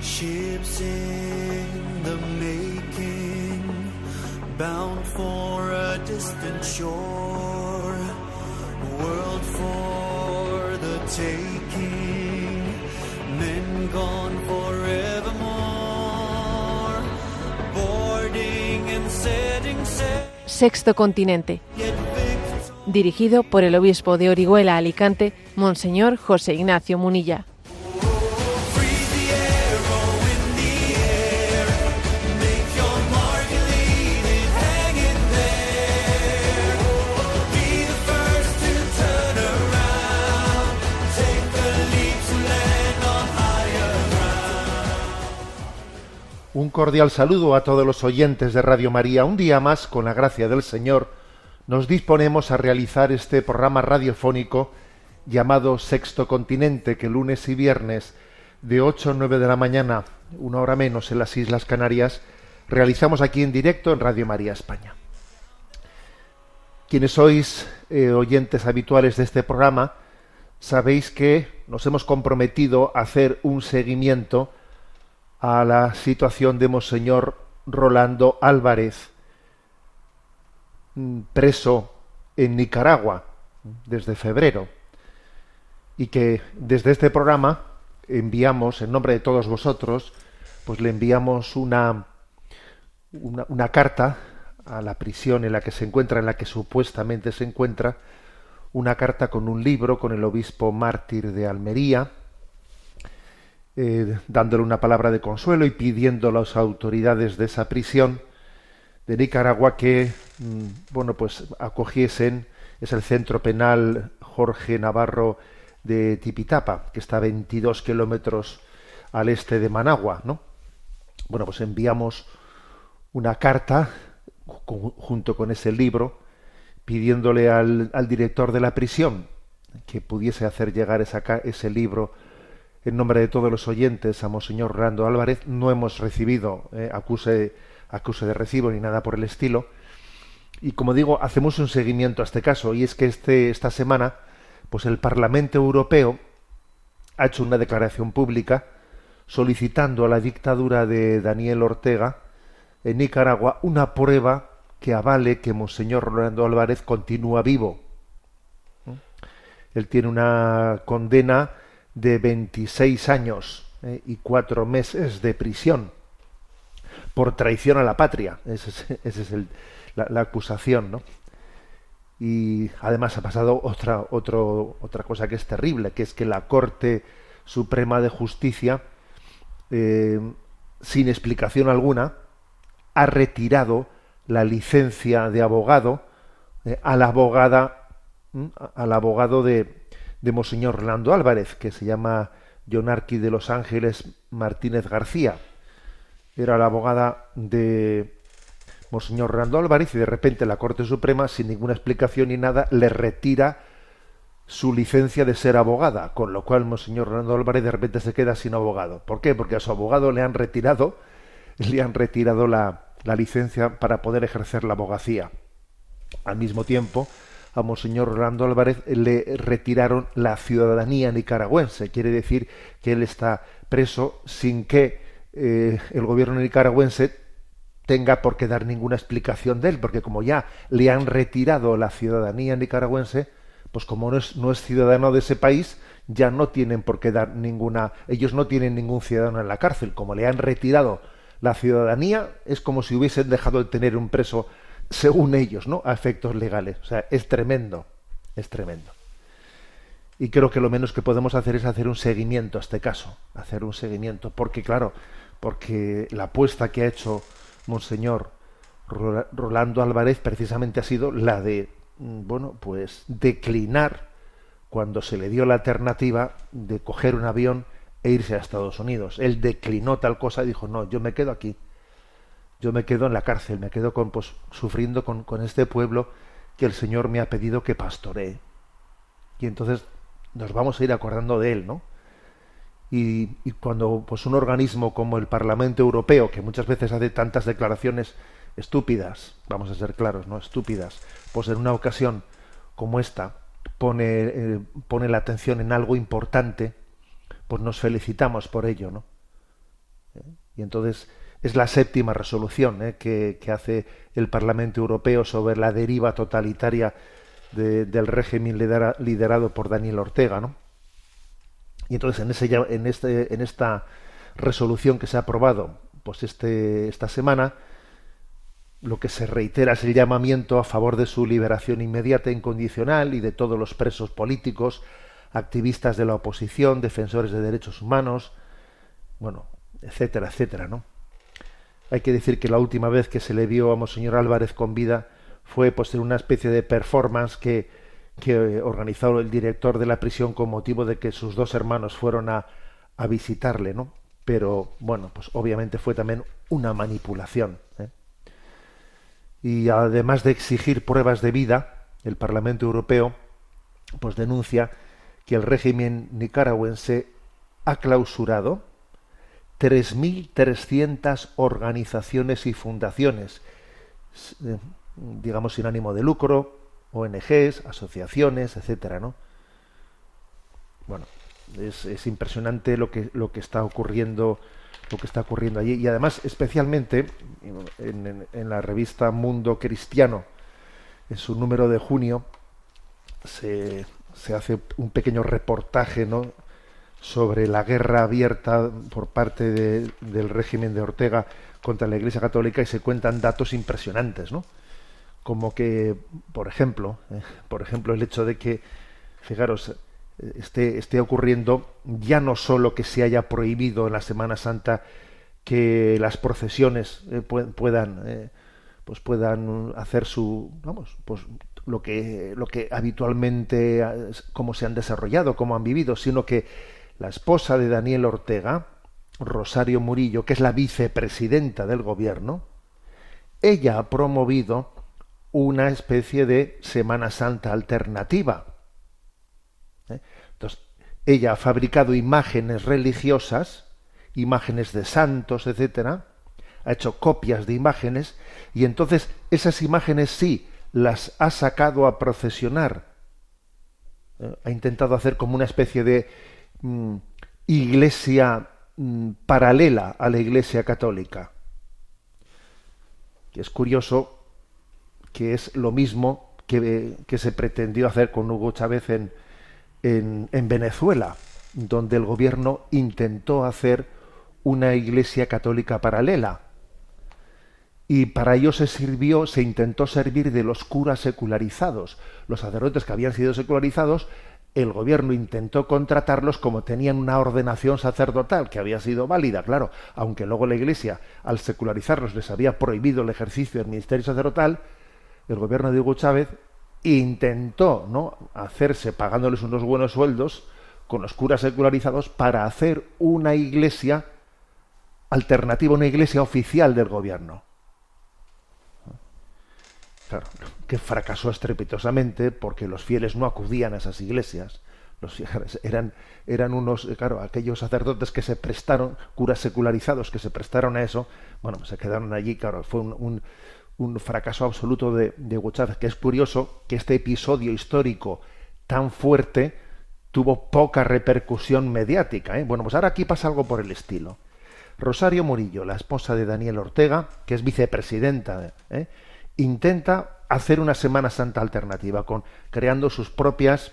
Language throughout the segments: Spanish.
Ships in the making, bound for a distant shore, world for the taking, men gone forevermore, boarding and setting sail. Sexto Continente, dirigido por el obispo de Orihuela, Alicante, Monseñor José Ignacio Munilla. Un cordial saludo a todos los oyentes de Radio María. Un día más, con la gracia del Señor, nos disponemos a realizar este programa radiofónico llamado Sexto Continente, que lunes y viernes de 8 a 9 de la mañana, una hora menos en las Islas Canarias, realizamos aquí en directo en Radio María España. Quienes sois oyentes habituales de este programa, sabéis que nos hemos comprometido a hacer un seguimiento a la situación de Monseñor Rolando Álvarez, preso en Nicaragua desde febrero, y que desde este programa enviamos, en nombre de todos vosotros, pues le enviamos una carta a la prisión en la que se encuentra, en la que supuestamente se encuentra, una carta con un libro, con el obispo mártir de Almería, dándole una palabra de consuelo y pidiendo a las autoridades de esa prisión de Nicaragua que pues acogiesen, es el centro penal Jorge Navarro de Tipitapa, que está a 22 kilómetros al este de Managua, ¿no? Bueno, pues enviamos una carta junto con ese libro pidiéndole al director de la prisión que pudiese hacer llegar ese libro en nombre de todos los oyentes a Monseñor Rolando Álvarez. No hemos recibido acuse de recibo ni nada por el estilo. Y como digo, hacemos un seguimiento a este caso, y es que esta semana pues el Parlamento Europeo ha hecho una declaración pública solicitando a la dictadura de Daniel Ortega en Nicaragua una prueba que avale que Monseñor Rolando Álvarez continúa vivo. Él tiene una condena de 26 años y 4 meses de prisión por traición a la patria. Esa es la acusación, ¿no? Y además ha pasado otra cosa que es terrible, que es que la Corte Suprema de Justicia, sin explicación alguna, ha retirado la licencia de abogado al abogado de Monseñor Rolando Álvarez, que se llama Yonarqui de Los Ángeles Martínez García. Era la abogada de Monseñor Rolando Álvarez, y de repente la Corte Suprema, sin ninguna explicación ni nada, le retira su licencia de ser abogada, con lo cual Monseñor Rolando Álvarez de repente se queda sin abogado. ¿Por qué? Porque a su abogado le han retirado la licencia para poder ejercer la abogacía. Al mismo tiempo, a Monseñor Rolando Álvarez le retiraron la ciudadanía nicaragüense. Quiere decir que él está preso sin que el gobierno nicaragüense tenga por qué dar ninguna explicación de él, porque como ya le han retirado la ciudadanía nicaragüense, pues como no es ciudadano de ese país, ya no tienen por qué dar ellos no tienen ningún ciudadano en la cárcel. Como le han retirado la ciudadanía, es como si hubiesen dejado de tener un preso, según ellos, ¿no?, a efectos legales. O sea, es tremendo, es tremendo. Y creo que lo menos que podemos hacer es hacer un seguimiento a este caso, porque la apuesta que ha hecho Monseñor Rolando Álvarez precisamente ha sido la de, declinar cuando se le dio la alternativa de coger un avión e irse a Estados Unidos. Él declinó tal cosa y dijo, no, yo me quedo aquí. Yo me quedo en la cárcel, me quedo sufriendo con este pueblo que el Señor me ha pedido que pastoree. Y entonces nos vamos a ir acordando de él, ¿no? Y cuando un organismo como el Parlamento Europeo, que muchas veces hace tantas declaraciones estúpidas, vamos a ser claros, ¿no?, estúpidas, pues en una ocasión como esta pone la atención en algo importante, pues nos felicitamos por ello, ¿no? Y entonces es la séptima resolución que hace el Parlamento Europeo sobre la deriva totalitaria del régimen liderado por Daniel Ortega, ¿no? Y entonces en esta resolución que se ha aprobado pues esta semana, lo que se reitera es el llamamiento a favor de su liberación inmediata e incondicional y de todos los presos políticos, activistas de la oposición, defensores de derechos humanos, bueno, etcétera, etcétera, ¿no? Hay que decir que la última vez que se le vio a Monseñor Álvarez con vida fue pues en una especie de performance que organizó el director de la prisión con motivo de que sus dos hermanos fueron a visitarle, ¿no? Pero bueno, pues obviamente fue también una manipulación, ¿eh? Y además de exigir pruebas de vida, el Parlamento Europeo pues denuncia que el régimen nicaragüense ha clausurado 3.300 organizaciones y fundaciones, digamos sin ánimo de lucro, ONGs, asociaciones, etcétera, ¿no? Bueno, es impresionante lo que está ocurriendo allí, y además especialmente en la revista Mundo Cristiano, en su número de junio se hace un pequeño reportaje, ¿no?, sobre la guerra abierta por parte del régimen de Ortega contra la Iglesia Católica, y se cuentan datos impresionantes, ¿no? Como que, por ejemplo, el hecho de que, fijaros, esté ocurriendo ya no solo que se haya prohibido en la Semana Santa que las procesiones puedan hacer lo que habitualmente, cómo se han desarrollado, cómo han vivido, sino que la esposa de Daniel Ortega, Rosario Murillo, que es la vicepresidenta del gobierno, ella ha promovido una especie de Semana Santa alternativa. Entonces, ella ha fabricado imágenes religiosas, imágenes de santos, etcétera, ha hecho copias de imágenes, y entonces esas imágenes sí las ha sacado a procesionar. Ha intentado hacer como una especie de iglesia paralela a la Iglesia Católica. Que es curioso que es lo mismo que se pretendió hacer con Hugo Chávez en Venezuela, donde el gobierno intentó hacer una Iglesia Católica paralela. Y para ello se intentó servir de los curas secularizados. Los sacerdotes que habían sido secularizados, el gobierno intentó contratarlos como tenían una ordenación sacerdotal que había sido válida, claro, aunque luego la Iglesia, al secularizarlos, les había prohibido el ejercicio del ministerio sacerdotal. El gobierno de Hugo Chávez intentó, ¿no?, hacerse pagándoles unos buenos sueldos con los curas secularizados para hacer una iglesia alternativa, una iglesia oficial del gobierno. Claro, que fracasó estrepitosamente porque los fieles no acudían a esas iglesias. Los fieles eran unos, claro, aquellos sacerdotes que se prestaron, curas secularizados que se prestaron a eso, bueno, se quedaron allí, claro, fue un fracaso absoluto de Hugo Chávez, que es curioso que este episodio histórico tan fuerte tuvo poca repercusión mediática, ¿eh? Bueno, pues ahora aquí pasa algo por el estilo. Rosario Murillo, la esposa de Daniel Ortega, que es vicepresidenta, intenta hacer una Semana Santa alternativa, creando sus propias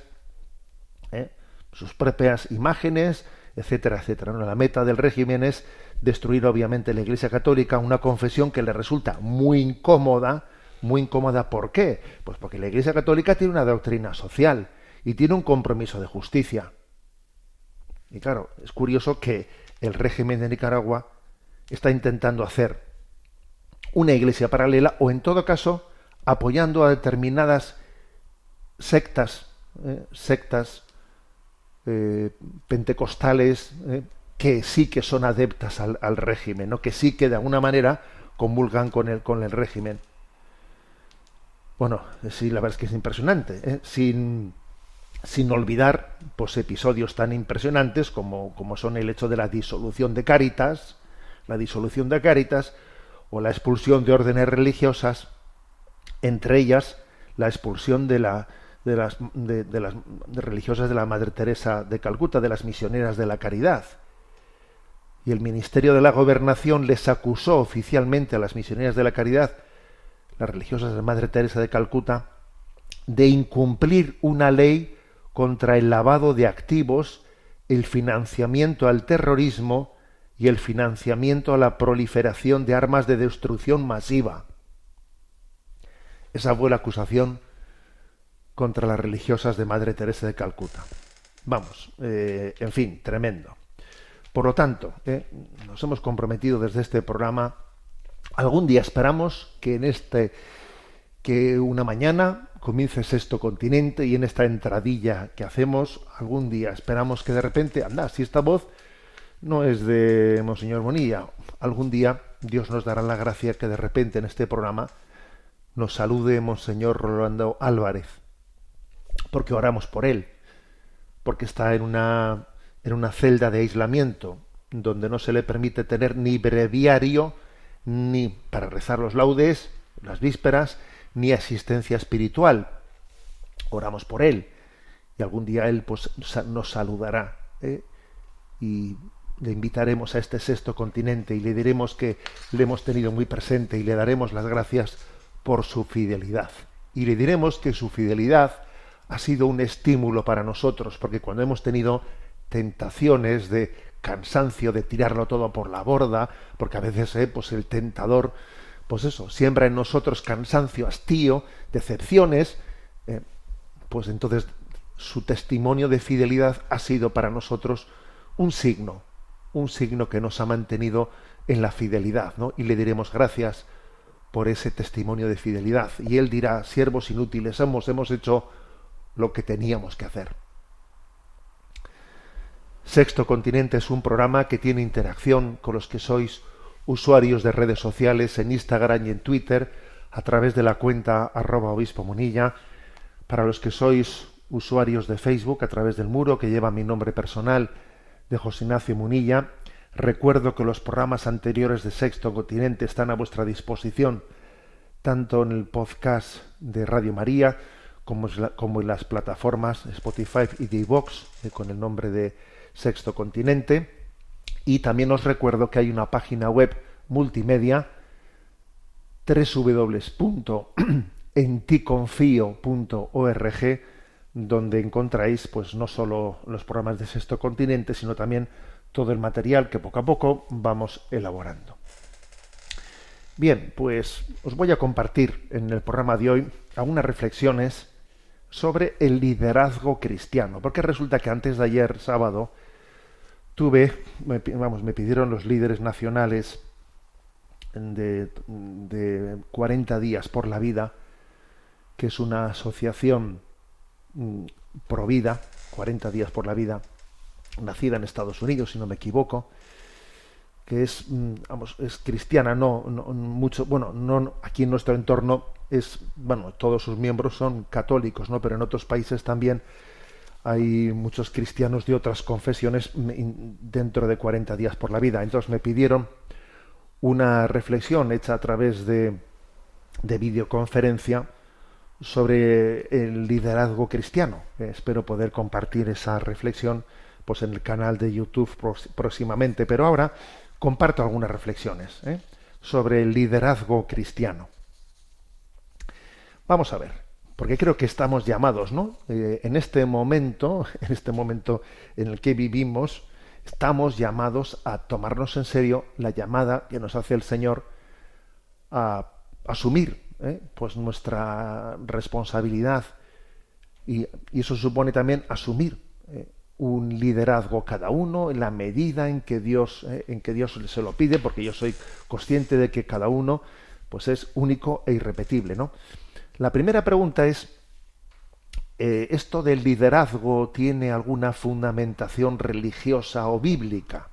imágenes, etcétera, etcétera. La meta del régimen es destruir obviamente la Iglesia Católica, una confesión que le resulta muy incómoda. ¿Por qué? Pues porque la Iglesia Católica tiene una doctrina social y tiene un compromiso de justicia. Y claro, es curioso que el régimen de Nicaragua está intentando hacer una iglesia paralela, o en todo caso apoyando a determinadas sectas pentecostales, que sí que son adeptas al régimen, ¿no?, que sí que de alguna manera comulgan con el régimen. Bueno, sí, la verdad es que es impresionante, sin olvidar pues episodios tan impresionantes como son el hecho de la disolución de Cáritas, o la expulsión de órdenes religiosas, entre ellas la expulsión de las religiosas de la Madre Teresa de Calcuta, de las misioneras de la caridad. y el Ministerio de la Gobernación les acusó oficialmente a las misioneras de la caridad, las religiosas de Madre Teresa de Calcuta, de incumplir una ley contra el lavado de activos, el financiamiento al terrorismo y el financiamiento a la proliferación de armas de destrucción masiva. Esa fue la acusación contra las religiosas de Madre Teresa de Calcuta. Vamos, en fin, tremendo. Por lo tanto, nos hemos comprometido desde este programa. Algún día esperamos que una mañana comience Sexto Continente, y en esta entradilla que hacemos, algún día esperamos que de repente, anda, si esta voz no es de Monseñor Munilla, algún día Dios nos dará la gracia que de repente en este programa nos salude Monseñor Rolando Álvarez, porque oramos por él, porque está en una celda de aislamiento donde no se le permite tener ni breviario, ni para rezar los laudes, las vísperas, ni asistencia espiritual. Oramos por él, y algún día él pues nos saludará, y le invitaremos a este Sexto Continente y le diremos que le hemos tenido muy presente y le daremos las gracias por su fidelidad. Y le diremos que su fidelidad ha sido un estímulo para nosotros, porque cuando hemos tenido tentaciones de cansancio, de tirarlo todo por la borda, porque a veces pues el tentador, pues eso, siembra en nosotros cansancio, hastío, decepciones, pues entonces su testimonio de fidelidad ha sido para nosotros un signo que nos ha mantenido en la fidelidad, ¿no? Y le diremos gracias por ese testimonio de fidelidad. Y él dirá, siervos inútiles, hemos hecho lo que teníamos que hacer. Sexto Continente es un programa que tiene interacción con los que sois usuarios de redes sociales en Instagram y en Twitter, a través de la cuenta @obispomunilla, para los que sois usuarios de Facebook, a través del muro que lleva mi nombre personal de José Ignacio Munilla. Recuerdo que los programas anteriores de Sexto Continente están a vuestra disposición, tanto en el podcast de Radio María, como en las plataformas Spotify y Divox, con el nombre de Sexto Continente. Y también os recuerdo que hay una página web multimedia, www.enticonfio.org, donde encontráis pues no solo los programas de Sexto Continente, sino también todo el material que poco a poco vamos elaborando. Bien, pues os voy a compartir en el programa de hoy algunas reflexiones sobre el liderazgo cristiano, porque resulta que antes de ayer, sábado, me pidieron los líderes nacionales de 40 días por la vida, que es una asociación pro vida, 40 días por la vida, nacida en Estados Unidos, si no me equivoco, que es cristiana, aquí en nuestro entorno todos sus miembros son católicos, ¿no? Pero en otros países también hay muchos cristianos de otras confesiones dentro de 40 días por la vida. Entonces me pidieron una reflexión hecha a través de videoconferencia sobre el liderazgo cristiano. Espero poder compartir esa reflexión pues en el canal de YouTube próximamente, pero ahora comparto algunas reflexiones sobre el liderazgo cristiano. Vamos a ver, porque creo que estamos llamados, ¿no? En este momento en el que vivimos, estamos llamados a tomarnos en serio la llamada que nos hace el Señor a asumir pues nuestra responsabilidad, y eso supone también asumir un liderazgo cada uno en la medida en que Dios se lo pide, porque yo soy consciente de que cada uno pues es único e irrepetible, ¿no? La primera pregunta es, ¿esto del liderazgo tiene alguna fundamentación religiosa o bíblica?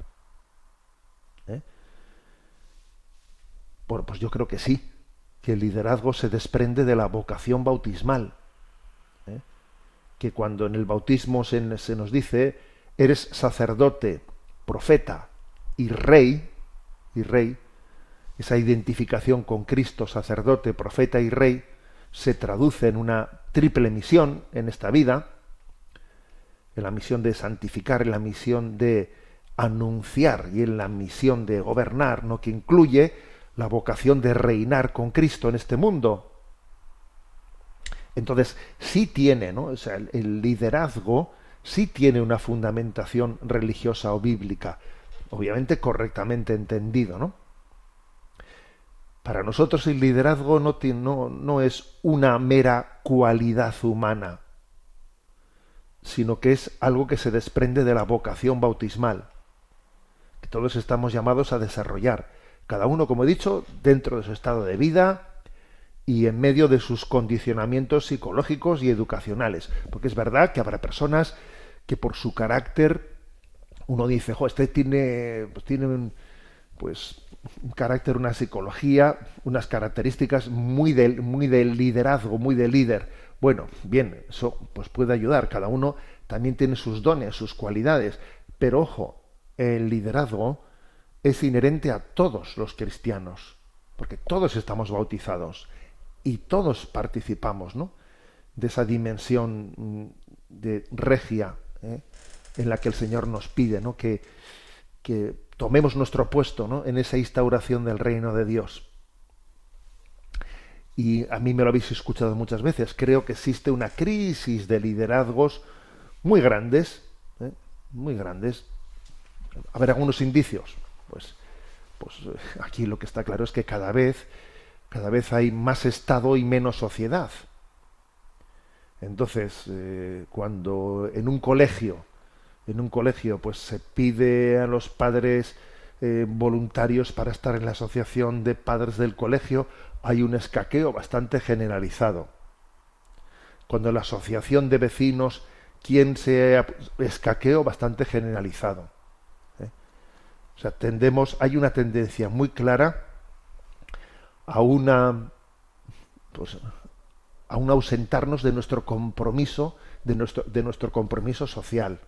Bueno, pues yo creo que sí, que el liderazgo se desprende de la vocación bautismal, que cuando en el bautismo se nos dice eres sacerdote, profeta y rey, esa identificación con Cristo, sacerdote, profeta y rey, se traduce en una triple misión en esta vida, en la misión de santificar, en la misión de anunciar y en la misión de gobernar, ¿no?, que incluye la vocación de reinar con Cristo en este mundo. Entonces, sí tiene, ¿no? O sea, el liderazgo sí tiene una fundamentación religiosa o bíblica, obviamente correctamente entendido, ¿no? Para nosotros el liderazgo no es una mera cualidad humana, sino que es algo que se desprende de la vocación bautismal, que todos estamos llamados a desarrollar, cada uno, como he dicho, dentro de su estado de vida y en medio de sus condicionamientos psicológicos y educacionales, porque es verdad que habrá personas que por su carácter uno dice, este tiene un carácter, una psicología, unas características muy del liderazgo, muy de líder. Bueno, bien, eso pues puede ayudar. Cada uno también tiene sus dones, sus cualidades. Pero ojo, el liderazgo es inherente a todos los cristianos, porque todos estamos bautizados y todos participamos, ¿no?, de esa dimensión de regia, en la que el Señor nos pide, ¿no?, que tomemos nuestro puesto, ¿no?, en esa instauración del reino de Dios. Y a mí me lo habéis escuchado muchas veces. Creo que existe una crisis de liderazgos muy grandes, muy grandes. A ver, algunos indicios. Pues aquí lo que está claro es que cada vez hay más Estado y menos sociedad. Entonces, cuando en un colegio pues se pide a los padres voluntarios para estar en la asociación de padres del colegio, hay un escaqueo bastante generalizado. Cuando en la asociación de vecinos, escaqueo bastante generalizado. O sea, hay una tendencia muy clara a un ausentarnos de nuestro compromiso, de nuestro compromiso social.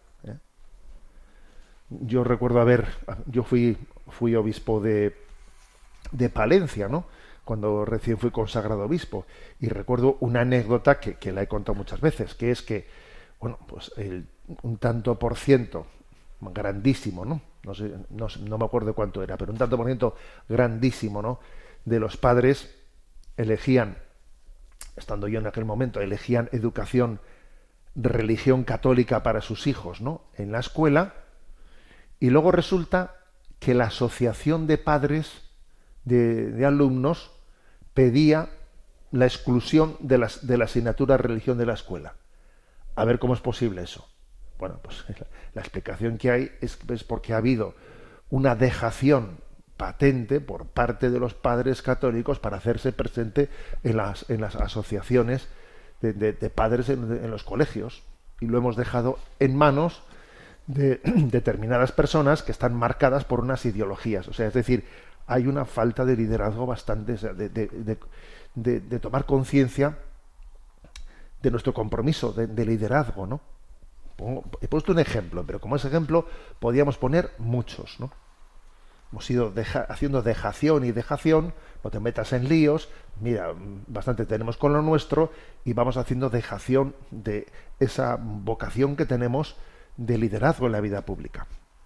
Yo recuerdo yo fui obispo de Palencia, ¿no?, cuando recién fui consagrado obispo, y recuerdo una anécdota que la he contado muchas veces, que es que, un tanto por ciento grandísimo, ¿no? No me acuerdo cuánto era, pero un tanto por ciento grandísimo, ¿no?, de los padres elegían, estando yo en aquel momento, elegían educación de religión católica para sus hijos, ¿no?, en la escuela, y luego resulta que la asociación de padres de alumnos pedía la exclusión de la asignatura de religión de la escuela. A ver cómo es posible eso. Bueno, pues la explicación que hay es porque ha habido una dejación patente por parte de los padres católicos para hacerse presente en las asociaciones de padres en los colegios, y lo hemos dejado en manos de determinadas personas que están marcadas por unas ideologías. O sea, es decir, hay una falta de liderazgo bastante, de tomar conciencia de nuestro compromiso de liderazgo, ¿no? He puesto un ejemplo, pero como ese ejemplo podíamos poner muchos, ¿no? Hemos ido haciendo dejación y dejación, no te metas en líos, mira, bastante tenemos con lo nuestro, y vamos haciendo dejación de esa vocación que tenemos de liderazgo en la vida pública.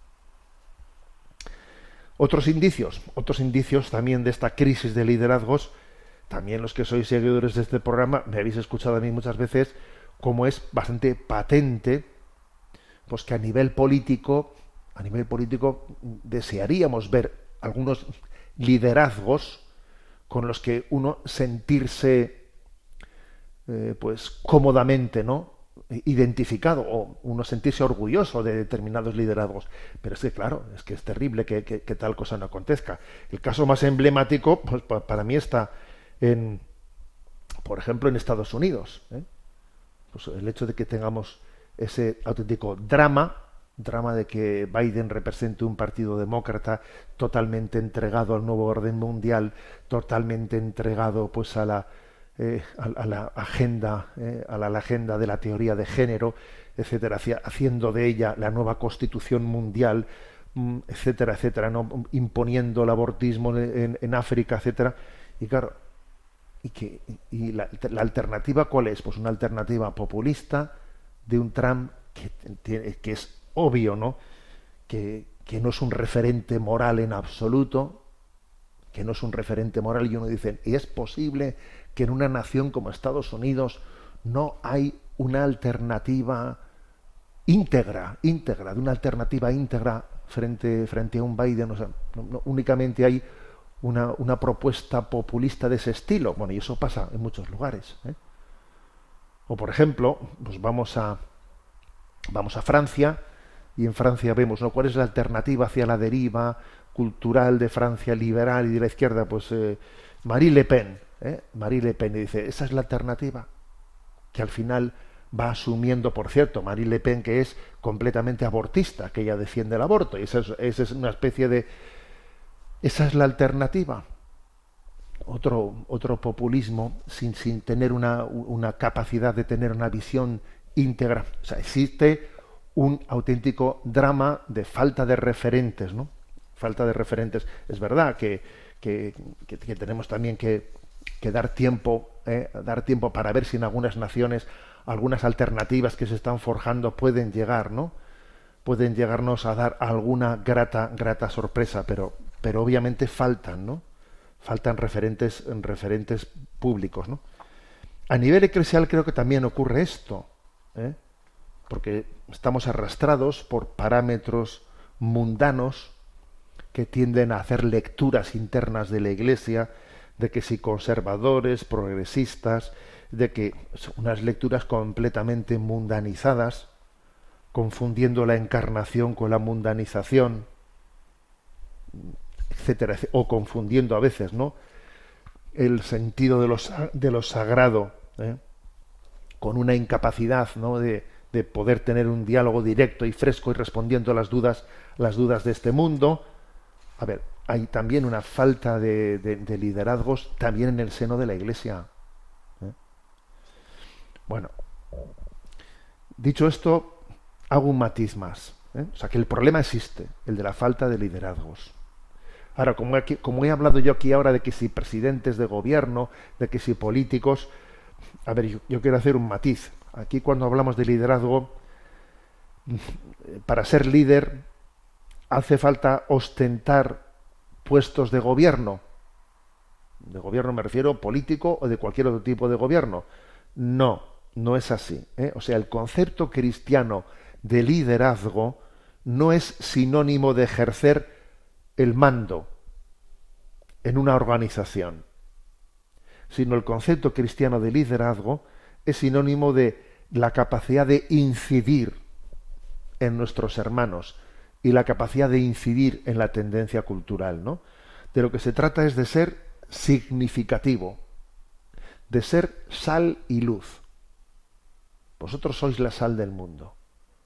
Otros indicios también de esta crisis de liderazgos, también los que sois seguidores de este programa me habéis escuchado a mí muchas veces, como es bastante patente, pues que a nivel político desearíamos ver algunos liderazgos con los que uno sentirse pues cómodamente, ¿no?, identificado, o uno sentirse orgulloso de determinados liderazgos. Pero es que, claro, es que es terrible que tal cosa no acontezca. El caso más emblemático, pues para mí está por ejemplo, en Estados Unidos. Pues el hecho de que tengamos ese auténtico drama de que Biden represente un partido demócrata totalmente entregado al nuevo orden mundial, totalmente entregado pues a la agenda de la teoría de género, etcétera, haciendo de ella la nueva constitución mundial, etcétera, etcétera, ¿no?, imponiendo el abortismo en África, etcétera. Y claro, y la alternativa, ¿cuál es? Pues una alternativa populista de un Trump que es obvio, ¿no?, que que no es un referente moral en absoluto, que no es un referente moral, y uno dice, ¿y es posible que en una nación como Estados Unidos no hay una alternativa íntegra, de una alternativa íntegra frente a un Biden? O sea, no únicamente hay una propuesta populista de ese estilo. Bueno, y eso pasa en muchos lugares, ¿eh? O por ejemplo, pues vamos a Francia, y en Francia vemos, ¿no?, cuál es la alternativa hacia la deriva cultural de Francia liberal y de la izquierda. Pues Marine Le Pen, Marine Le Pen, y dice, esa es la alternativa, que al final va asumiendo, por cierto, Marine Le Pen, que es completamente abortista, que ella defiende el aborto, y esa es una especie de... Esa es la alternativa. Otro populismo sin tener una capacidad de tener una visión íntegra. O sea, existe un auténtico drama de falta de referentes, ¿no? Falta de referentes. Es verdad que tenemos también que dar tiempo para ver si en algunas naciones algunas alternativas que se están forjando pueden llegar, ¿no? Pueden llegarnos a dar alguna grata sorpresa, pero obviamente faltan, ¿no? Faltan referentes públicos, ¿no? A nivel eclesial creo que también ocurre esto, porque estamos arrastrados por parámetros mundanos que tienden a hacer lecturas internas de la Iglesia, de que si conservadores, progresistas, de que unas lecturas completamente mundanizadas, confundiendo la encarnación con la mundanización, etcétera, o confundiendo a veces, ¿no?, el sentido de lo sagrado, con una incapacidad, ¿no?, de poder tener un diálogo directo y fresco y respondiendo a las dudas de este mundo. A ver, hay también una falta de liderazgos también en el seno de la Iglesia. Bueno, dicho esto, hago un matiz más, o sea, que el problema existe, el de la falta de liderazgos. Ahora, como he hablado yo aquí ahora de que si presidentes de gobierno, de que si políticos, a ver, yo quiero hacer un matiz. Aquí cuando hablamos de liderazgo, para ser líder hace falta ostentar puestos de gobierno. De gobierno me refiero político o de cualquier otro tipo de gobierno. No es así, O sea, el concepto cristiano de liderazgo no es sinónimo de ejercer el mando en una organización, sino el concepto cristiano de liderazgo es sinónimo de la capacidad de incidir en nuestros hermanos y la capacidad de incidir en la tendencia cultural, ¿no? De lo que se trata es de ser significativo, de ser sal y luz. Vosotros sois la sal del mundo,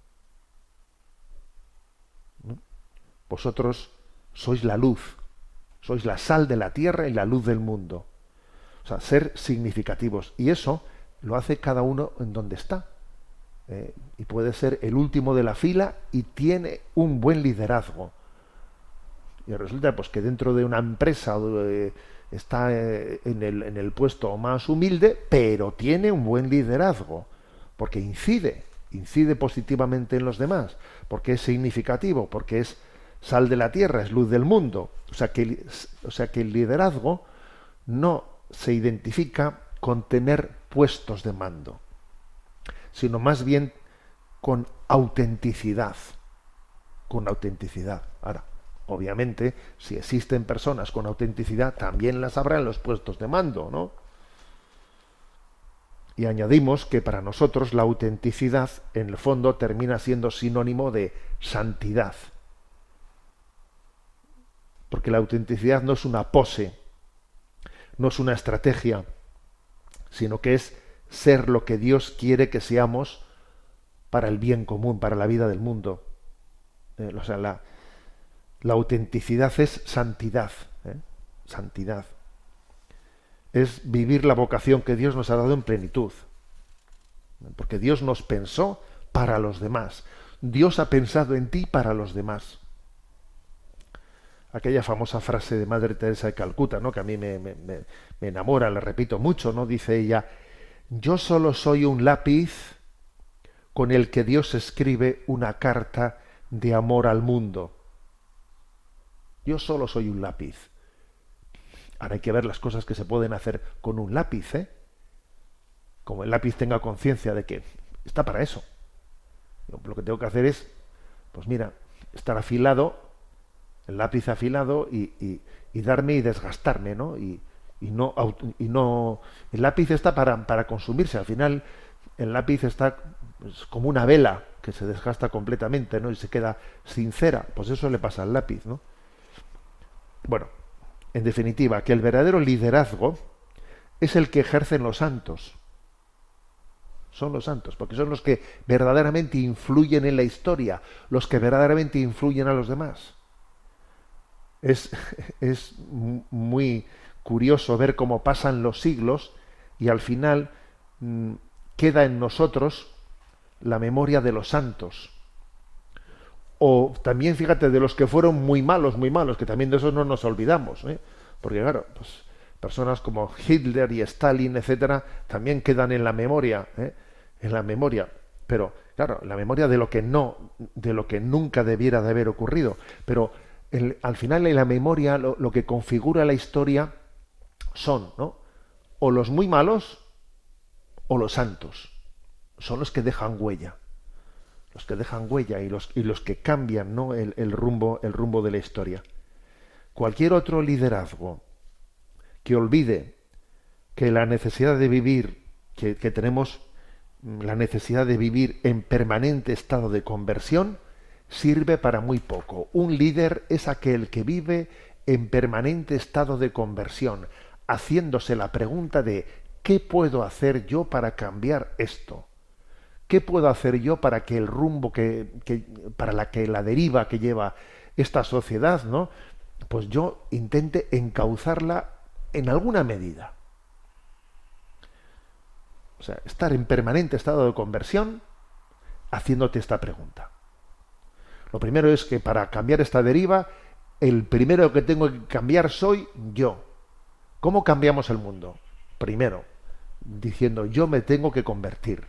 ¿no? Vosotros sois la luz, sois la sal de la tierra y la luz del mundo. O sea, ser significativos. Y eso lo hace cada uno en donde está. Y puede ser el último de la fila y tiene un buen liderazgo. Y resulta pues que dentro de una empresa está en el puesto más humilde, pero tiene un buen liderazgo, porque incide positivamente en los demás, porque es significativo, porque es sal de la tierra, es luz del mundo. O sea que el liderazgo no se identifica con tener puestos de mando, sino más bien con autenticidad. Ahora, obviamente, si existen personas con autenticidad, también las habrá en los puestos de mando, ¿no? Y añadimos que para nosotros la autenticidad, en el fondo, termina siendo sinónimo de santidad. Porque la autenticidad no es una pose, no es una estrategia, sino que es ser lo que Dios quiere que seamos para el bien común, para la vida del mundo. O sea, la autenticidad es santidad, santidad. Es vivir la vocación que Dios nos ha dado en plenitud. Porque Dios nos pensó para los demás. Dios ha pensado en ti para los demás. Aquella famosa frase de Madre Teresa de Calcuta, ¿no?, que a mí me enamora, la repito mucho, ¿no? Dice ella: yo solo soy un lápiz con el que Dios escribe una carta de amor al mundo. Yo solo soy un lápiz. Ahora hay que ver las cosas que se pueden hacer con un lápiz, ¿eh? Como el lápiz tenga conciencia de que está para eso. Lo que tengo que hacer es, pues mira, estar afilado, el lápiz afilado y darme y desgastarme, ¿no? Y no, el lápiz está para consumirse. Al final el lápiz está pues, como una vela que se desgasta completamente, ¿no? Y se queda sin cera. Pues eso le pasa al lápiz, ¿no? Bueno, en definitiva, que el verdadero liderazgo es el que ejercen los santos. Son los santos, porque son los que verdaderamente influyen en la historia, los que verdaderamente influyen a los demás. Es muy curioso ver cómo pasan los siglos y al final queda en nosotros la memoria de los santos. O también, fíjate, de los que fueron muy malos, que también de esos no nos olvidamos, ¿eh? Porque claro, pues personas como Hitler y Stalin, etcétera, también quedan en la memoria, ¿eh? En la memoria, pero claro, la memoria de lo que nunca debiera de haber ocurrido. Pero al final en la memoria lo que configura la historia son, ¿no?, o los muy malos o los santos. Son los que dejan huella. Los que dejan huella y los que cambian, ¿no?, el rumbo de la historia. Cualquier otro liderazgo que olvide que la necesidad de vivir, que tenemos la necesidad de vivir en permanente estado de conversión, sirve para muy poco. Un líder es aquel que vive en permanente estado de conversión, haciéndose la pregunta de ¿qué puedo hacer yo para cambiar esto? ¿Qué puedo hacer yo para que el rumbo para la deriva que lleva esta sociedad, ¿no?, pues yo intente encauzarla en alguna medida? O sea, estar en permanente estado de conversión haciéndote esta pregunta. Lo primero es que para cambiar esta deriva, el primero que tengo que cambiar soy yo. ¿Cómo cambiamos el mundo? Primero, diciendo yo me tengo que convertir.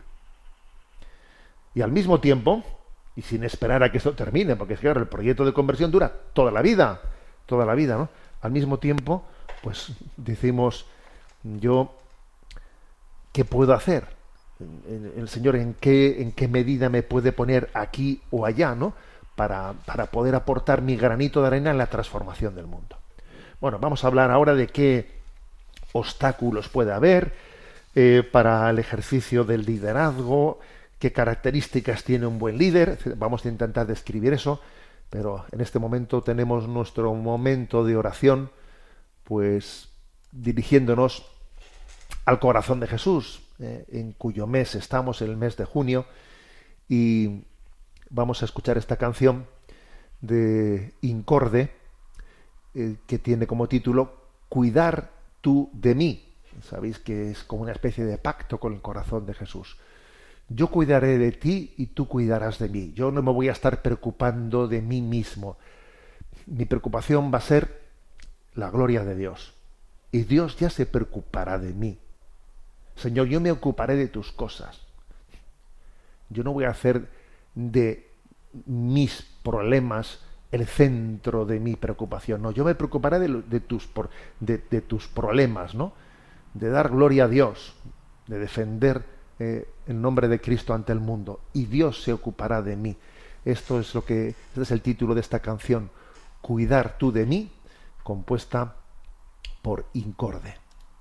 Y al mismo tiempo, y sin esperar a que esto termine, porque es claro, el proyecto de conversión dura toda la vida, ¿no? Al mismo tiempo, pues decimos yo, ¿qué puedo hacer? El Señor en qué medida me puede poner aquí o allá, ¿no?, para poder aportar mi granito de arena en la transformación del mundo. Bueno, vamos a hablar ahora de qué obstáculos puede haber para el ejercicio del liderazgo, qué características tiene un buen líder. Vamos a intentar describir eso, pero en este momento tenemos nuestro momento de oración, pues dirigiéndonos al corazón de Jesús, en cuyo mes estamos, el mes de junio, y vamos a escuchar esta canción de Incorde, que tiene como título Cuidar tú de mí. Sabéis que es como una especie de pacto con el corazón de Jesús. Yo cuidaré de ti y tú cuidarás de mí. Yo no me voy a estar preocupando de mí mismo. Mi preocupación va a ser la gloria de Dios. Y Dios ya se preocupará de mí. Señor, yo me ocuparé de tus cosas. Yo no voy a hacer de mis problemas el centro de mi preocupación. No, yo me preocuparé de tus problemas, ¿no? De dar gloria a Dios, de defender el nombre de Cristo ante el mundo. Y Dios se ocupará de mí. Este es el título de esta canción, Cuidar tú de mí, compuesta por Incorde.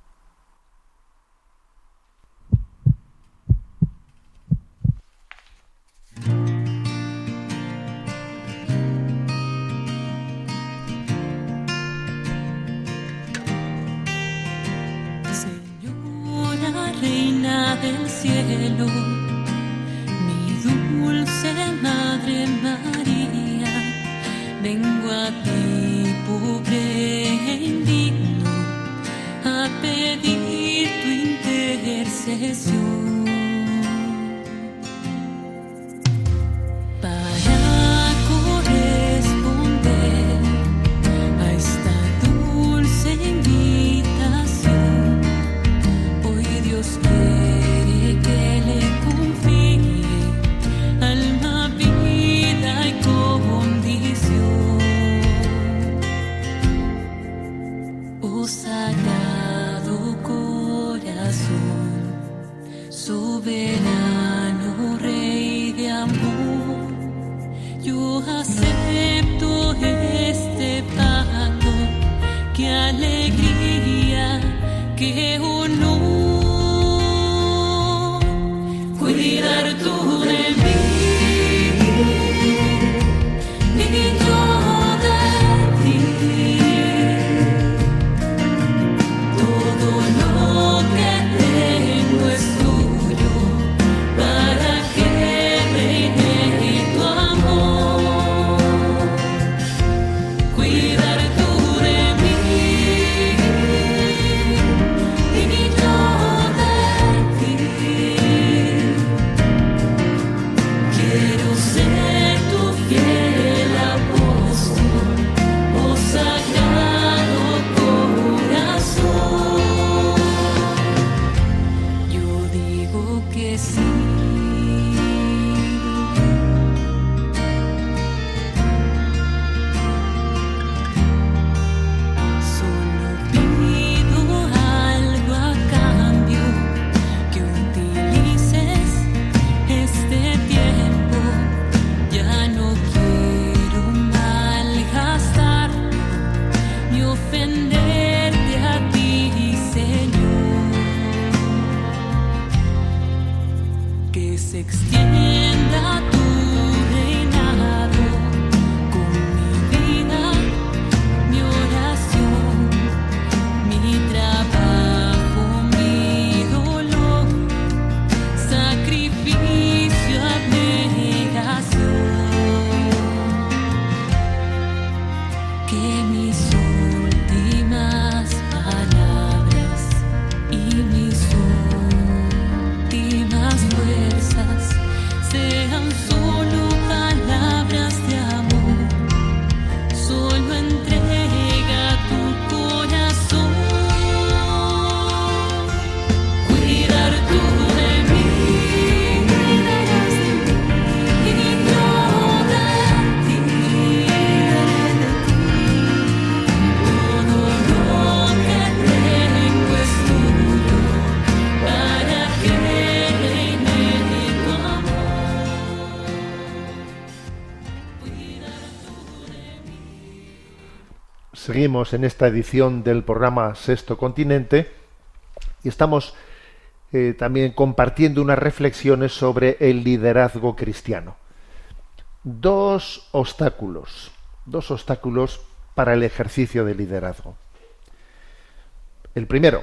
Señora, Reina del cielo, mi dulce Madre María, vengo a ti, pobre e indigno, a pedir tu intercesión. alegría, qué honor cuidar tú de mí. Seguimos en esta edición del programa Sexto Continente y estamos también compartiendo unas reflexiones sobre el liderazgo cristiano. Dos obstáculos para el ejercicio del liderazgo. El primero,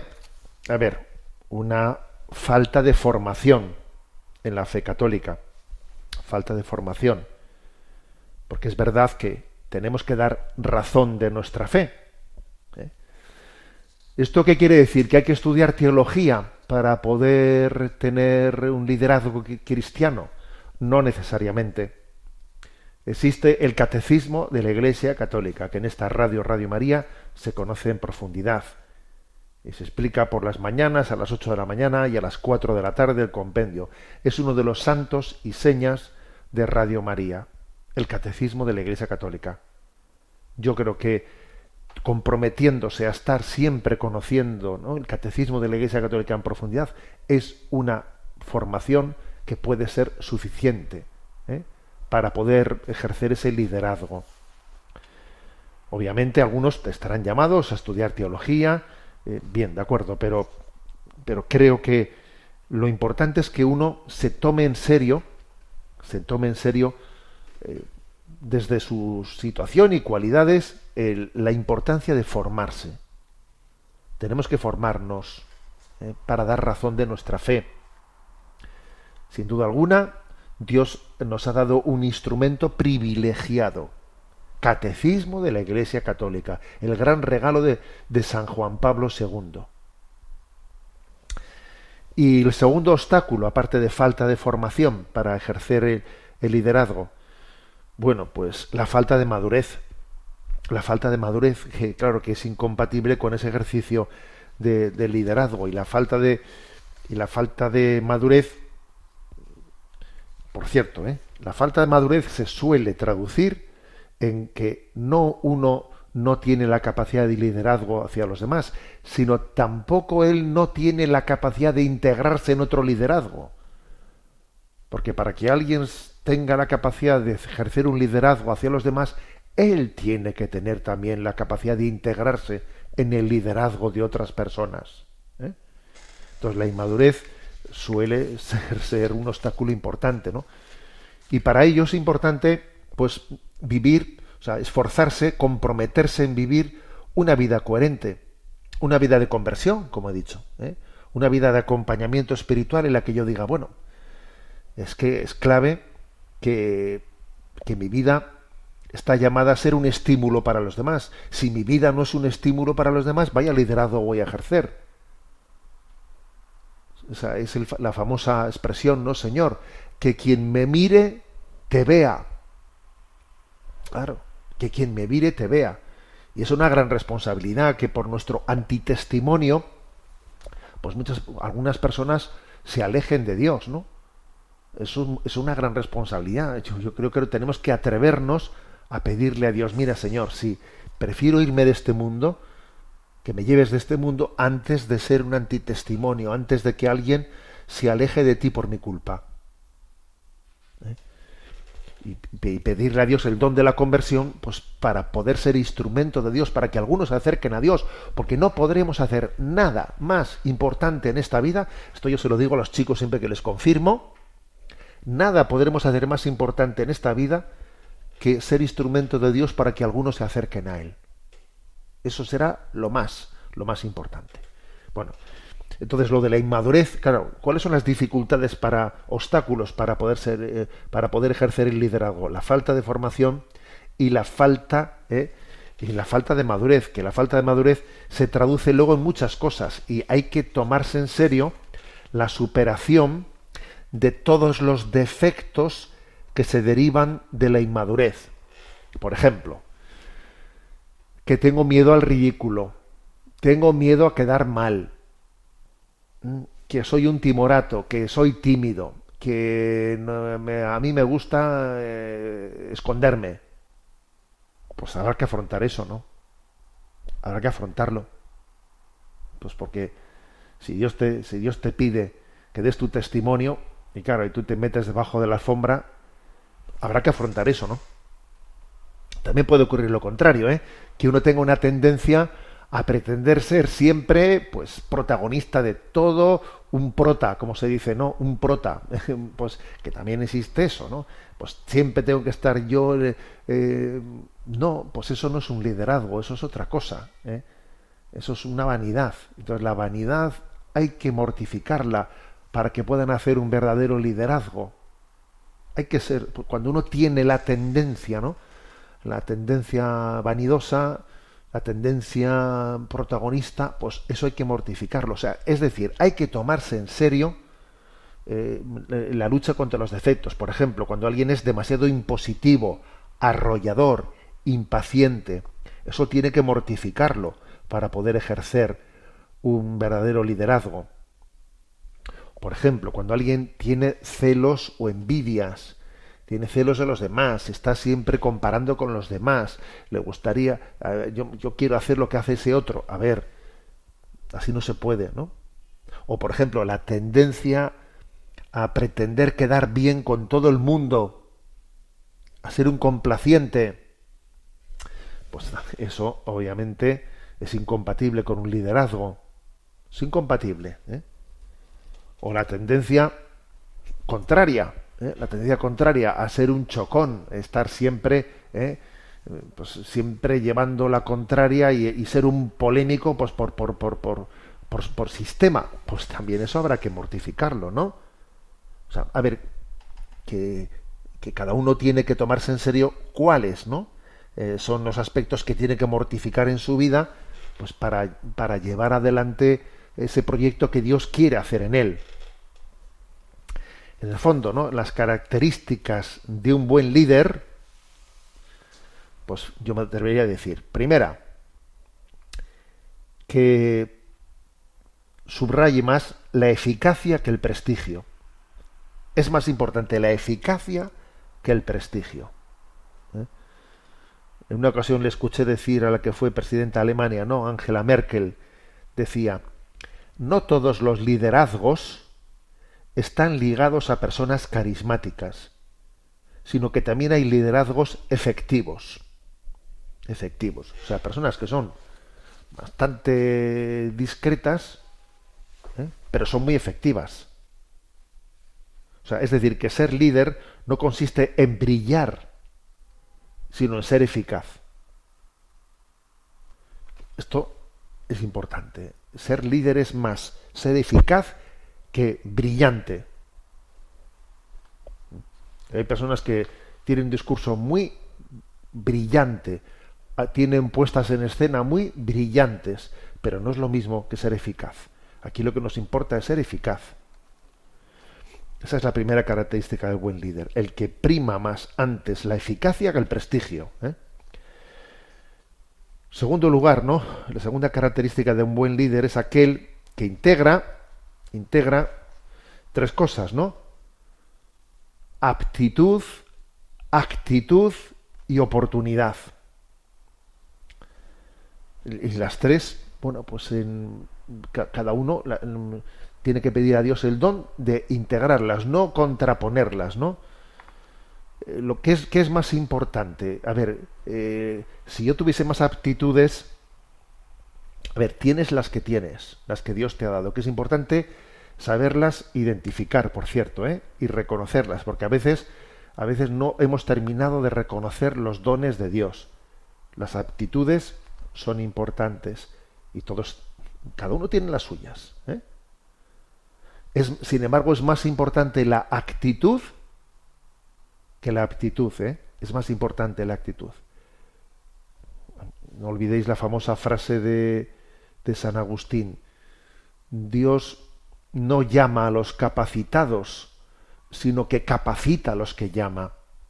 una falta de formación en la fe católica. Falta de formación. Porque es verdad que tenemos que dar razón de nuestra fe. ¿Esto qué quiere decir? ¿Que hay que estudiar teología para poder tener un liderazgo cristiano? No necesariamente. Existe el Catecismo de la Iglesia Católica, que en esta Radio María se conoce en profundidad. Y se explica por las mañanas, a las 8 de la mañana y a las 4 de la tarde el compendio. Es uno de los santos y señas de Radio María. El Catecismo de la Iglesia Católica. Yo creo que comprometiéndose a estar siempre conociendo, ¿no?, el Catecismo de la Iglesia Católica en profundidad es una formación que puede ser suficiente para poder ejercer ese liderazgo. Obviamente algunos estarán llamados a estudiar teología, bien, de acuerdo, pero creo que lo importante es que uno se tome en serio desde su situación y cualidades la importancia de formarse. Tenemos que formarnos para dar razón de nuestra fe. Sin duda alguna, Dios nos ha dado un instrumento privilegiado. Catecismo de la Iglesia Católica, el gran regalo de San Juan Pablo II. Y el segundo obstáculo, aparte de falta de formación para ejercer el liderazgo, bueno, pues la falta de madurez. La falta de madurez, que claro que es incompatible con ese ejercicio de liderazgo. Y la falta de madurez, por cierto, la falta de madurez se suele traducir en que uno no tiene la capacidad de liderazgo hacia los demás, sino tampoco él no tiene la capacidad de integrarse en otro liderazgo. Porque para que alguien tenga la capacidad de ejercer un liderazgo hacia los demás, él tiene que tener también la capacidad de integrarse en el liderazgo de otras personas. Entonces la inmadurez suele ser un obstáculo importante, ¿no? Y para ello es importante, pues, vivir, o sea, esforzarse, comprometerse en vivir una vida coherente, una vida de conversión, como he dicho, una vida de acompañamiento espiritual en la que yo diga, bueno, es que es clave que mi vida está llamada a ser un estímulo para los demás. Si mi vida no es un estímulo para los demás, vaya liderazgo voy a ejercer. Esa es la famosa expresión, ¿no, Señor? Que quien me mire, te vea. Claro, que quien me mire, te vea. Y es una gran responsabilidad que por nuestro antitestimonio, pues algunas personas se alejen de Dios, ¿no? Es una gran responsabilidad. Yo creo que tenemos que atrevernos a pedirle a Dios, mira, Señor, sí, prefiero irme de este mundo, que me lleves de este mundo antes de ser un antitestimonio, antes de que alguien se aleje de ti por mi culpa. Y pedirle a Dios el don de la conversión, pues para poder ser instrumento de Dios, para que algunos se acerquen a Dios, porque no podremos hacer nada más importante en esta vida. Esto yo se lo digo a los chicos siempre que les confirmo. Nada podremos hacer más importante en esta vida que ser instrumento de Dios para que algunos se acerquen a Él. Eso será lo más importante. Bueno, entonces lo de la inmadurez, claro, ¿cuáles son las dificultades obstáculos para poder ejercer el liderazgo? La falta de formación y la falta de madurez, que la falta de madurez se traduce luego en muchas cosas y hay que tomarse en serio la superación de todos los defectos que se derivan de la inmadurez. Por ejemplo, que tengo miedo al ridículo, tengo miedo a quedar mal, que soy un timorato, que soy tímido, que a mí me gusta esconderme. Pues habrá que afrontar eso, ¿no? Habrá que afrontarlo. Pues porque si Dios te pide que des tu testimonio, y claro, y tú te metes debajo de la alfombra, habrá que afrontar eso, ¿no? También puede ocurrir lo contrario, que uno tenga una tendencia a pretender ser siempre, pues, protagonista de todo, un prota, como se dice, ¿no? Un prota, pues, que también existe eso, ¿no? Pues siempre tengo que estar yo, no, pues eso no es un liderazgo, eso es otra cosa, eso es una vanidad. Entonces la vanidad hay que mortificarla para que puedan hacer un verdadero liderazgo. Hay que ser, cuando uno tiene la tendencia, ¿no? La tendencia vanidosa, la tendencia protagonista, pues eso hay que mortificarlo. O sea, es decir, hay que tomarse en serio la lucha contra los defectos. Por ejemplo, cuando alguien es demasiado impositivo, arrollador, impaciente, eso tiene que mortificarlo para poder ejercer un verdadero liderazgo. Por ejemplo, cuando alguien tiene celos o envidias, tiene celos de los demás, está siempre comparando con los demás, le gustaría, yo quiero hacer lo que hace ese otro, a ver, así no se puede, ¿no? O por ejemplo, la tendencia a pretender quedar bien con todo el mundo, a ser un complaciente, pues eso obviamente es incompatible con un liderazgo, es incompatible, O la tendencia contraria, la tendencia contraria a ser un chocón, estar siempre, pues siempre llevando la contraria y ser un polémico, pues por sistema, pues también eso habrá que mortificarlo, ¿no? O sea, a ver, que cada uno tiene que tomarse en serio cuáles, ¿no? Son los aspectos que tiene que mortificar en su vida, pues para llevar adelante ese proyecto que Dios quiere hacer en él. En el fondo, ¿no? Las características de un buen líder, pues yo me atrevería a decir, primera, que subraye más la eficacia que el prestigio. Es más importante la eficacia que el prestigio. En una ocasión le escuché decir a la que fue presidenta de Alemania, ¿no? Angela Merkel, decía, no todos los liderazgos están ligados a personas carismáticas, sino que también hay liderazgos efectivos. Efectivos. O sea, personas que son bastante discretas, pero son muy efectivas. O sea, es decir, que ser líder no consiste en brillar, sino en ser eficaz. Esto es importante. Ser líder es más ser eficaz que brillante. Hay personas que tienen un discurso muy brillante, tienen puestas en escena muy brillantes, pero no es lo mismo que ser eficaz. Aquí lo que nos importa es ser eficaz. Esa es la primera característica del buen líder, el que prima más antes la eficacia que el prestigio. Segundo lugar, ¿no? La segunda característica de un buen líder es aquel que integra tres cosas, ¿no? Aptitud, actitud y oportunidad. Y las tres, bueno, pues cada uno tiene que pedir a Dios el don de integrarlas, no contraponerlas, ¿no? ¿Qué es más importante? A ver, si yo tuviese más aptitudes, a ver, tienes las que Dios te ha dado, que es importante saberlas identificar, por cierto, y reconocerlas, porque a veces no hemos terminado de reconocer los dones de Dios. Las aptitudes son importantes y cada uno tiene las suyas. Sin embargo, es más importante la actitud que la aptitud. Es más importante la actitud. No olvidéis la famosa frase de San Agustín: Dios no llama a los capacitados, sino que capacita a los que llama.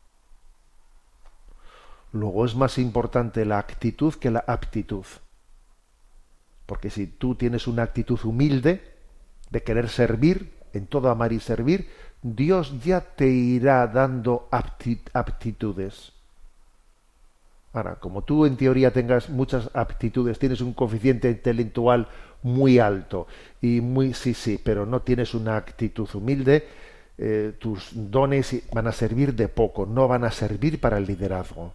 Luego es más importante la actitud que la aptitud. Porque si tú tienes una actitud humilde, de querer servir, en todo amar y servir, Dios ya te irá dando aptitudes. Ahora, como tú en teoría tengas muchas aptitudes, tienes un coeficiente intelectual muy alto y pero no tienes una actitud humilde, tus dones van a servir de poco, no van a servir para el liderazgo.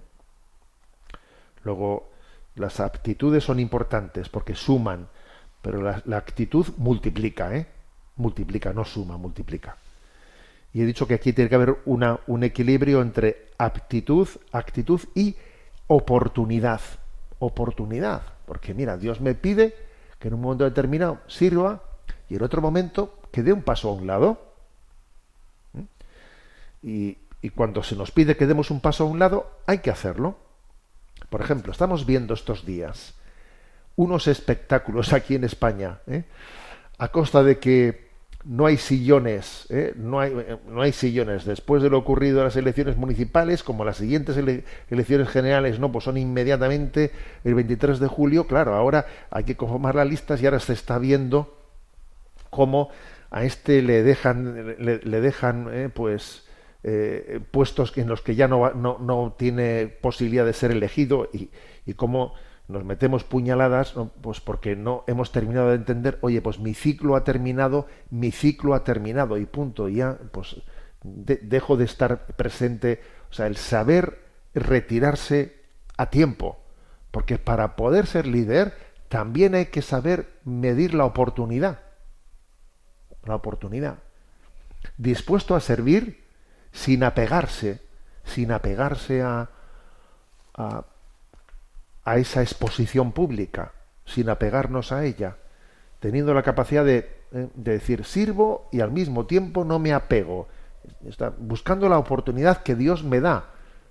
Luego, las aptitudes son importantes porque suman, pero la actitud multiplica, multiplica, no suma, multiplica. Y he dicho que aquí tiene que haber un equilibrio entre aptitud, actitud y oportunidad. Oportunidad, porque mira, Dios me pide que en un momento determinado sirva y en otro momento que dé un paso a un lado. Y cuando se nos pide que demos un paso a un lado, hay que hacerlo. Por ejemplo, estamos viendo estos días unos espectáculos aquí en España, a costa de que no hay sillones, no hay sillones. Después de lo ocurrido en las elecciones municipales, como las siguientes elecciones generales, no, pues son inmediatamente el 23 de julio. Claro, ahora hay que conformar las listas y ahora se está viendo cómo a este le dejan puestos en los que ya no tiene posibilidad de ser elegido y cómo nos metemos puñaladas, ¿no? Pues porque no hemos terminado de entender, oye, pues mi ciclo ha terminado y punto, y ya pues dejo de estar presente. O sea, el saber retirarse a tiempo, porque para poder ser líder también hay que saber medir la oportunidad, dispuesto a servir sin apegarse a esa exposición pública, sin apegarnos a ella, teniendo la capacidad de decir sirvo y al mismo tiempo no me apego, buscando la oportunidad que Dios me da,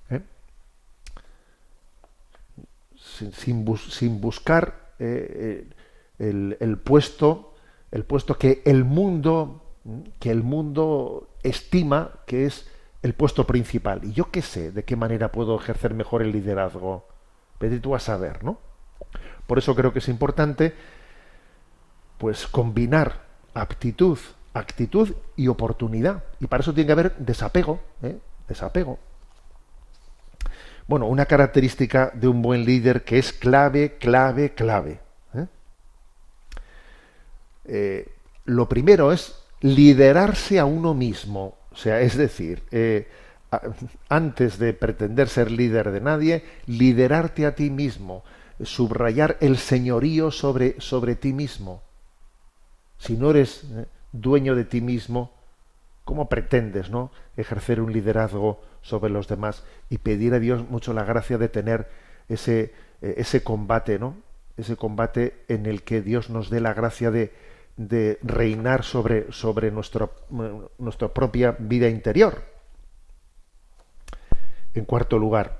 sin buscar el puesto que el mundo estima que es el puesto principal. Y yo qué sé de qué manera puedo ejercer mejor el liderazgo. Vete tú a saber, ¿no? Por eso creo que es importante pues combinar aptitud, actitud y oportunidad. Y para eso tiene que haber desapego. Bueno, una característica de un buen líder que es clave. Lo primero es liderarse a uno mismo. O sea, es decir, antes de pretender ser líder de nadie, liderarte a ti mismo, subrayar el señorío sobre ti mismo. Si no eres dueño de ti mismo, ¿cómo pretendes, ¿no?, ejercer un liderazgo sobre los demás y pedir a Dios mucho la gracia de tener ese combate, ¿no? Ese combate en el que Dios nos dé la gracia de reinar sobre nuestra propia vida interior. En cuarto lugar,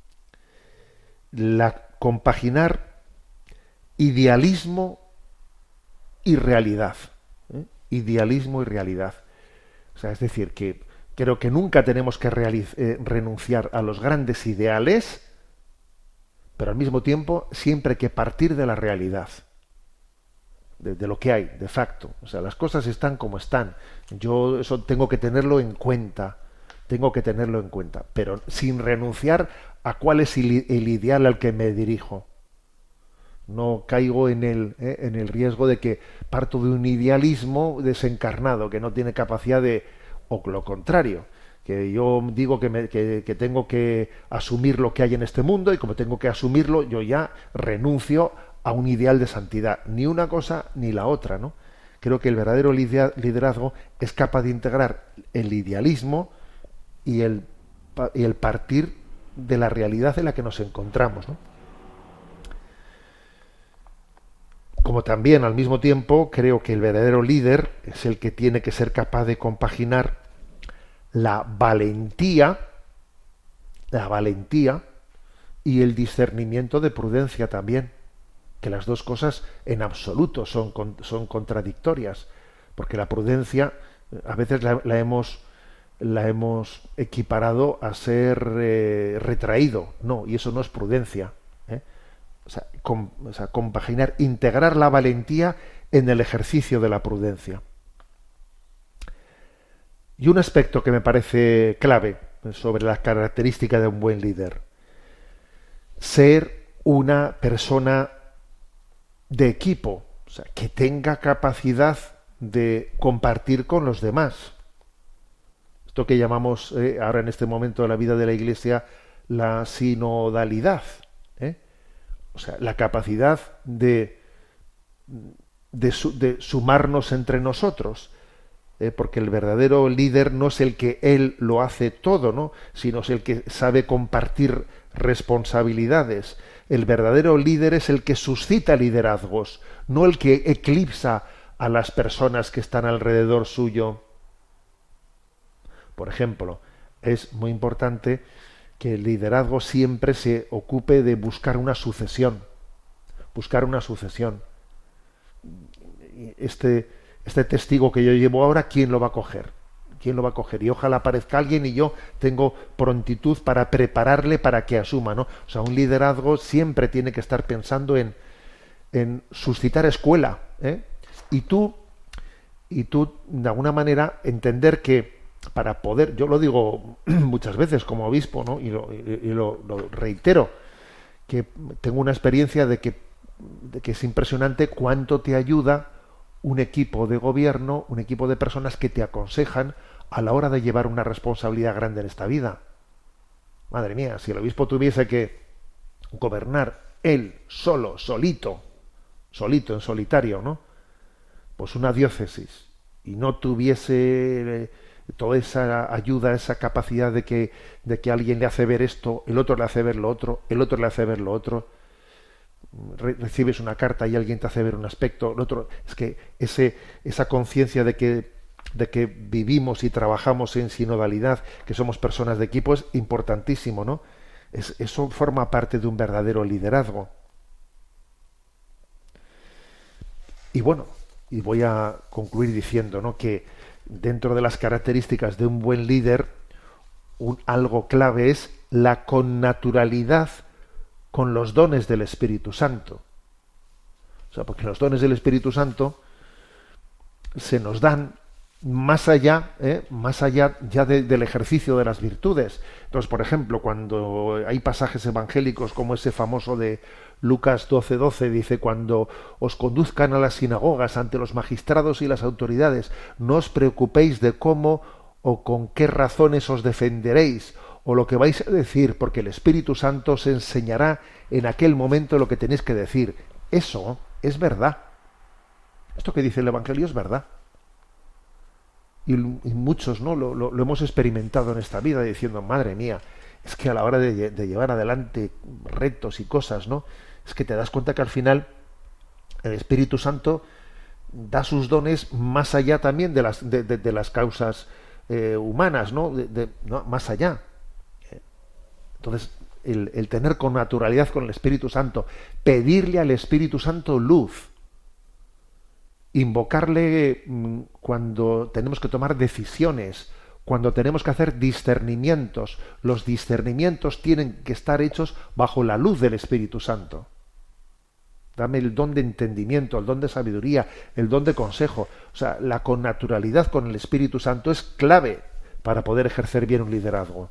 compaginar idealismo y realidad. Idealismo y realidad. O sea, es decir, que creo que nunca tenemos que renunciar a los grandes ideales, pero al mismo tiempo siempre hay que partir de la realidad, de lo que hay, de facto. O sea, las cosas están como están. Yo eso tengo que tenerlo en cuenta, pero sin renunciar a cuál es el ideal al que me dirijo. No caigo en el riesgo de que parto de un idealismo desencarnado, que no tiene capacidad o lo contrario, que yo digo que tengo que asumir lo que hay en este mundo, y como tengo que asumirlo, yo ya renuncio a un ideal de santidad. Ni una cosa ni la otra, ¿no? Creo que el verdadero liderazgo es capaz de integrar el idealismo y el partir de la realidad en la que nos encontramos, ¿no? Como también, al mismo tiempo, creo que el verdadero líder es el que tiene que ser capaz de compaginar la valentía y el discernimiento de prudencia también, que las dos cosas en absoluto son contradictorias, porque la prudencia a veces la hemos equiparado a ser retraído. No, y eso no es prudencia. O sea, compaginar, integrar la valentía en el ejercicio de la prudencia. Y un aspecto que me parece clave sobre las características de un buen líder: ser una persona de equipo, o sea, que tenga capacidad de compartir con los demás. Esto que llamamos ahora en este momento de la vida de la Iglesia la sinodalidad. O sea, la capacidad de sumarnos entre nosotros, porque el verdadero líder no es el que él lo hace todo, ¿no?, sino es el que sabe compartir responsabilidades. El verdadero líder es el que suscita liderazgos, no el que eclipsa a las personas que están alrededor suyo. Por ejemplo, es muy importante que el liderazgo siempre se ocupe de buscar una sucesión. Este testigo que yo llevo ahora, ¿quién lo va a coger? Y ojalá aparezca alguien y yo tengo prontitud para prepararle para que asuma, ¿no? O sea, un liderazgo siempre tiene que estar pensando en suscitar escuela, y tú, de alguna manera, entender que para poder, yo lo digo muchas veces como obispo, ¿no?, y lo reitero, que tengo una experiencia de que es impresionante cuánto te ayuda un equipo de gobierno, un equipo de personas que te aconsejan a la hora de llevar una responsabilidad grande en esta vida. Madre mía, si el obispo tuviese que gobernar él solito, en solitario, ¿no?, pues una diócesis, y no tuviese toda esa ayuda, esa capacidad de que alguien le hace ver esto, el otro le hace ver lo otro, el otro le hace ver lo otro, recibes una carta y alguien te hace ver un aspecto, el otro, es que esa conciencia de que vivimos y trabajamos en sinodalidad, que somos personas de equipo, es importantísimo, ¿no? Eso forma parte de un verdadero liderazgo. Y bueno, y voy a concluir diciendo, ¿no?, que dentro de las características de un buen líder, algo clave es la connaturalidad con los dones del Espíritu Santo. O sea, porque los dones del Espíritu Santo se nos dan más allá ya del ejercicio de las virtudes. Entonces, por ejemplo, cuando hay pasajes evangélicos como ese famoso de Lucas 12:12, dice: cuando os conduzcan a las sinagogas ante los magistrados y las autoridades, no os preocupéis de cómo o con qué razones os defenderéis o lo que vais a decir, porque el Espíritu Santo os enseñará en aquel momento lo que tenéis que decir. Eso es verdad. Esto que dice el Evangelio es verdad. Y muchos, ¿no?, lo hemos experimentado en esta vida, diciendo, madre mía, es que a la hora de llevar adelante retos y cosas, ¿no?, es que te das cuenta que al final el Espíritu Santo da sus dones más allá también de las causas humanas, ¿no? ¿no? Más allá. Entonces, el tener con naturalidad con el Espíritu Santo, pedirle al Espíritu Santo luz, invocarle cuando tenemos que tomar decisiones, cuando tenemos que hacer discernimientos. Los discernimientos tienen que estar hechos bajo la luz del Espíritu Santo. Dame el don de entendimiento, el don de sabiduría, el don de consejo. O sea, la connaturalidad con el Espíritu Santo es clave para poder ejercer bien un liderazgo.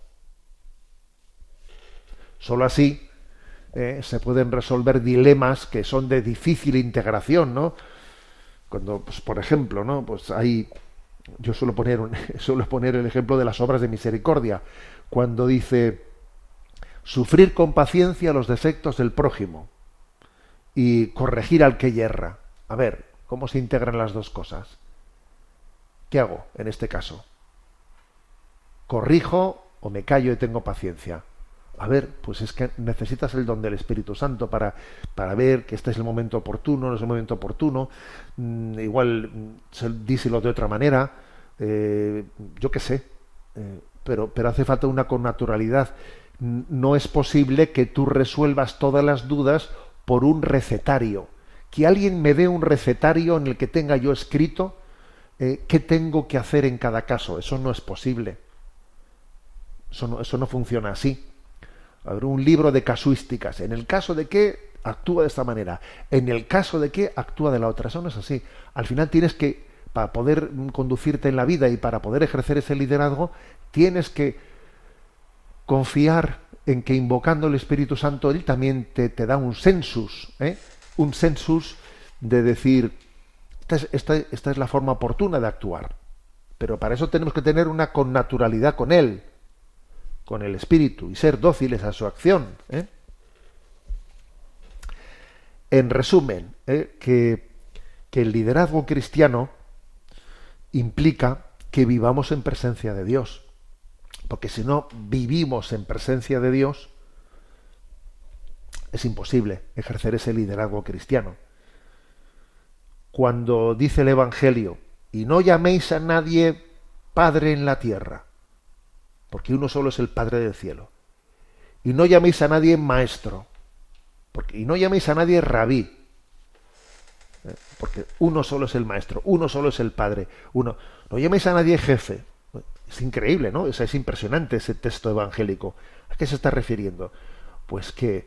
Solo así se pueden resolver dilemas que son de difícil integración, ¿no? Cuando, pues, por ejemplo, ¿no?, pues yo suelo poner el ejemplo de las obras de misericordia, cuando dice sufrir con paciencia los defectos del prójimo y corregir al que yerra. A ver, ¿cómo se integran las dos cosas? ¿Qué hago en este caso? ¿Corrijo o me callo y tengo paciencia? A ver, pues es que necesitas el don del Espíritu Santo para ver que este es el momento oportuno, no es el momento oportuno. Igual díselo de otra manera, yo qué sé, pero hace falta una connaturalidad. No es posible que tú resuelvas todas las dudas por un recetario. Que alguien me dé un recetario en el que tenga yo escrito qué tengo que hacer en cada caso. Eso no es posible. Eso no funciona así. Habrá un libro de casuísticas. En el caso de que actúa de esta manera, en el caso de que actúa de la otra. Eso no es así. Al final tienes que, para poder conducirte en la vida y para poder ejercer ese liderazgo, tienes que confiar en que invocando el Espíritu Santo Él también te da un sensus de decir, esta es la forma oportuna de actuar. Pero para eso tenemos que tener una connaturalidad con Él, con el Espíritu, y ser dóciles a su acción. En resumen, que el liderazgo cristiano implica que vivamos en presencia de Dios. Porque si no vivimos en presencia de Dios, es imposible ejercer ese liderazgo cristiano. Cuando dice el Evangelio, y no llaméis a nadie Padre en la tierra, porque uno solo es el Padre del cielo. Y no llaméis a nadie Maestro, y no llaméis a nadie Rabí, porque uno solo es el Maestro, uno solo es el Padre. No llaméis a nadie Jefe. Es increíble, ¿no? Es impresionante ese texto evangélico. ¿A qué se está refiriendo? Pues que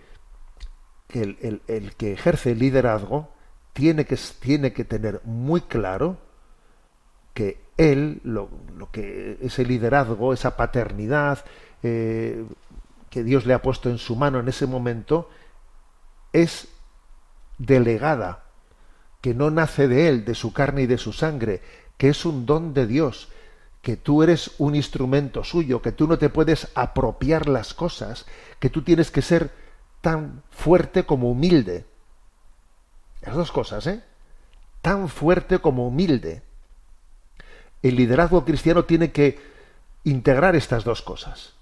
el que ejerce el liderazgo tiene que tener muy claro que él, lo que ese liderazgo, esa paternidad que Dios le ha puesto en su mano en ese momento, es delegada, que no nace de él, de su carne y de su sangre, que es un don de Dios, que tú eres un instrumento suyo, que tú no te puedes apropiar las cosas, que tú tienes que ser tan fuerte como humilde. Las dos cosas, tan fuerte como humilde. El liderazgo cristiano tiene que integrar estas dos cosas.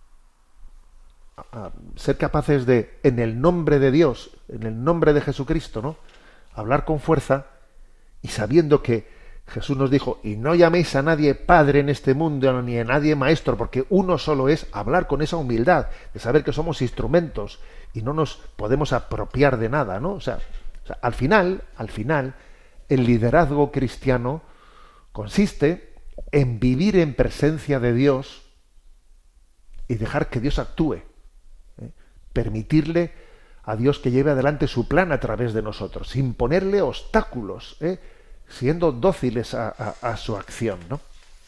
Ser capaces de, en el nombre de Dios, en el nombre de Jesucristo, ¿no?, hablar con fuerza, y sabiendo que Jesús nos dijo, y no llaméis a nadie Padre en este mundo, ni a nadie Maestro, porque uno solo es, hablar con esa humildad, de saber que somos instrumentos y no nos podemos apropiar de nada, ¿no? O sea, al final, el liderazgo cristiano consiste en vivir en presencia de Dios y dejar que Dios actúe, permitirle a Dios que lleve adelante su plan a través de nosotros, sin ponerle obstáculos, siendo dóciles a su acción, ¿no?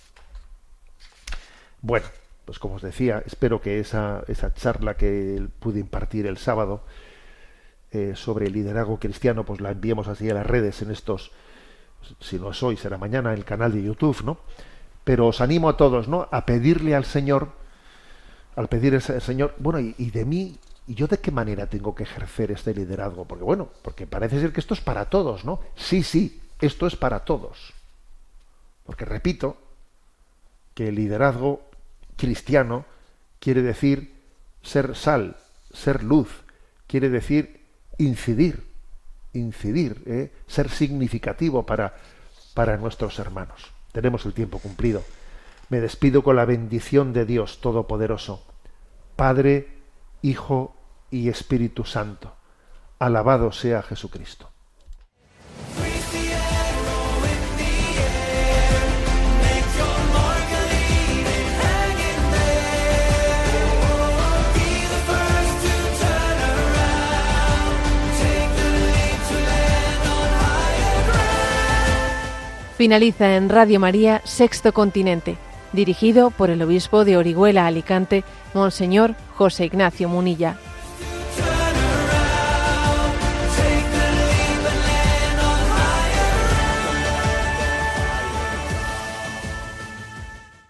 Bueno, pues como os decía, espero que esa charla que pude impartir el sábado sobre el liderazgo cristiano, pues la enviemos así a las redes en estos, si no es hoy, será mañana, el canal de YouTube, ¿no? Pero os animo a todos, ¿no?, a pedirle al Señor al pedir al Señor, bueno, y de mí, ¿y yo de qué manera tengo que ejercer este liderazgo? Porque bueno, porque parece ser que esto es para todos, ¿no? Sí, esto es para todos. Porque repito que el liderazgo cristiano quiere decir ser sal, ser luz, quiere decir incidir, ser significativo para nuestros hermanos. Tenemos el tiempo cumplido. Me despido con la bendición de Dios Todopoderoso, Padre, Hijo y Espíritu Santo. Alabado sea Jesucristo. Finaliza en Radio María Sexto Continente, dirigido por el obispo de Orihuela Alicante, Monseñor José Ignacio Munilla.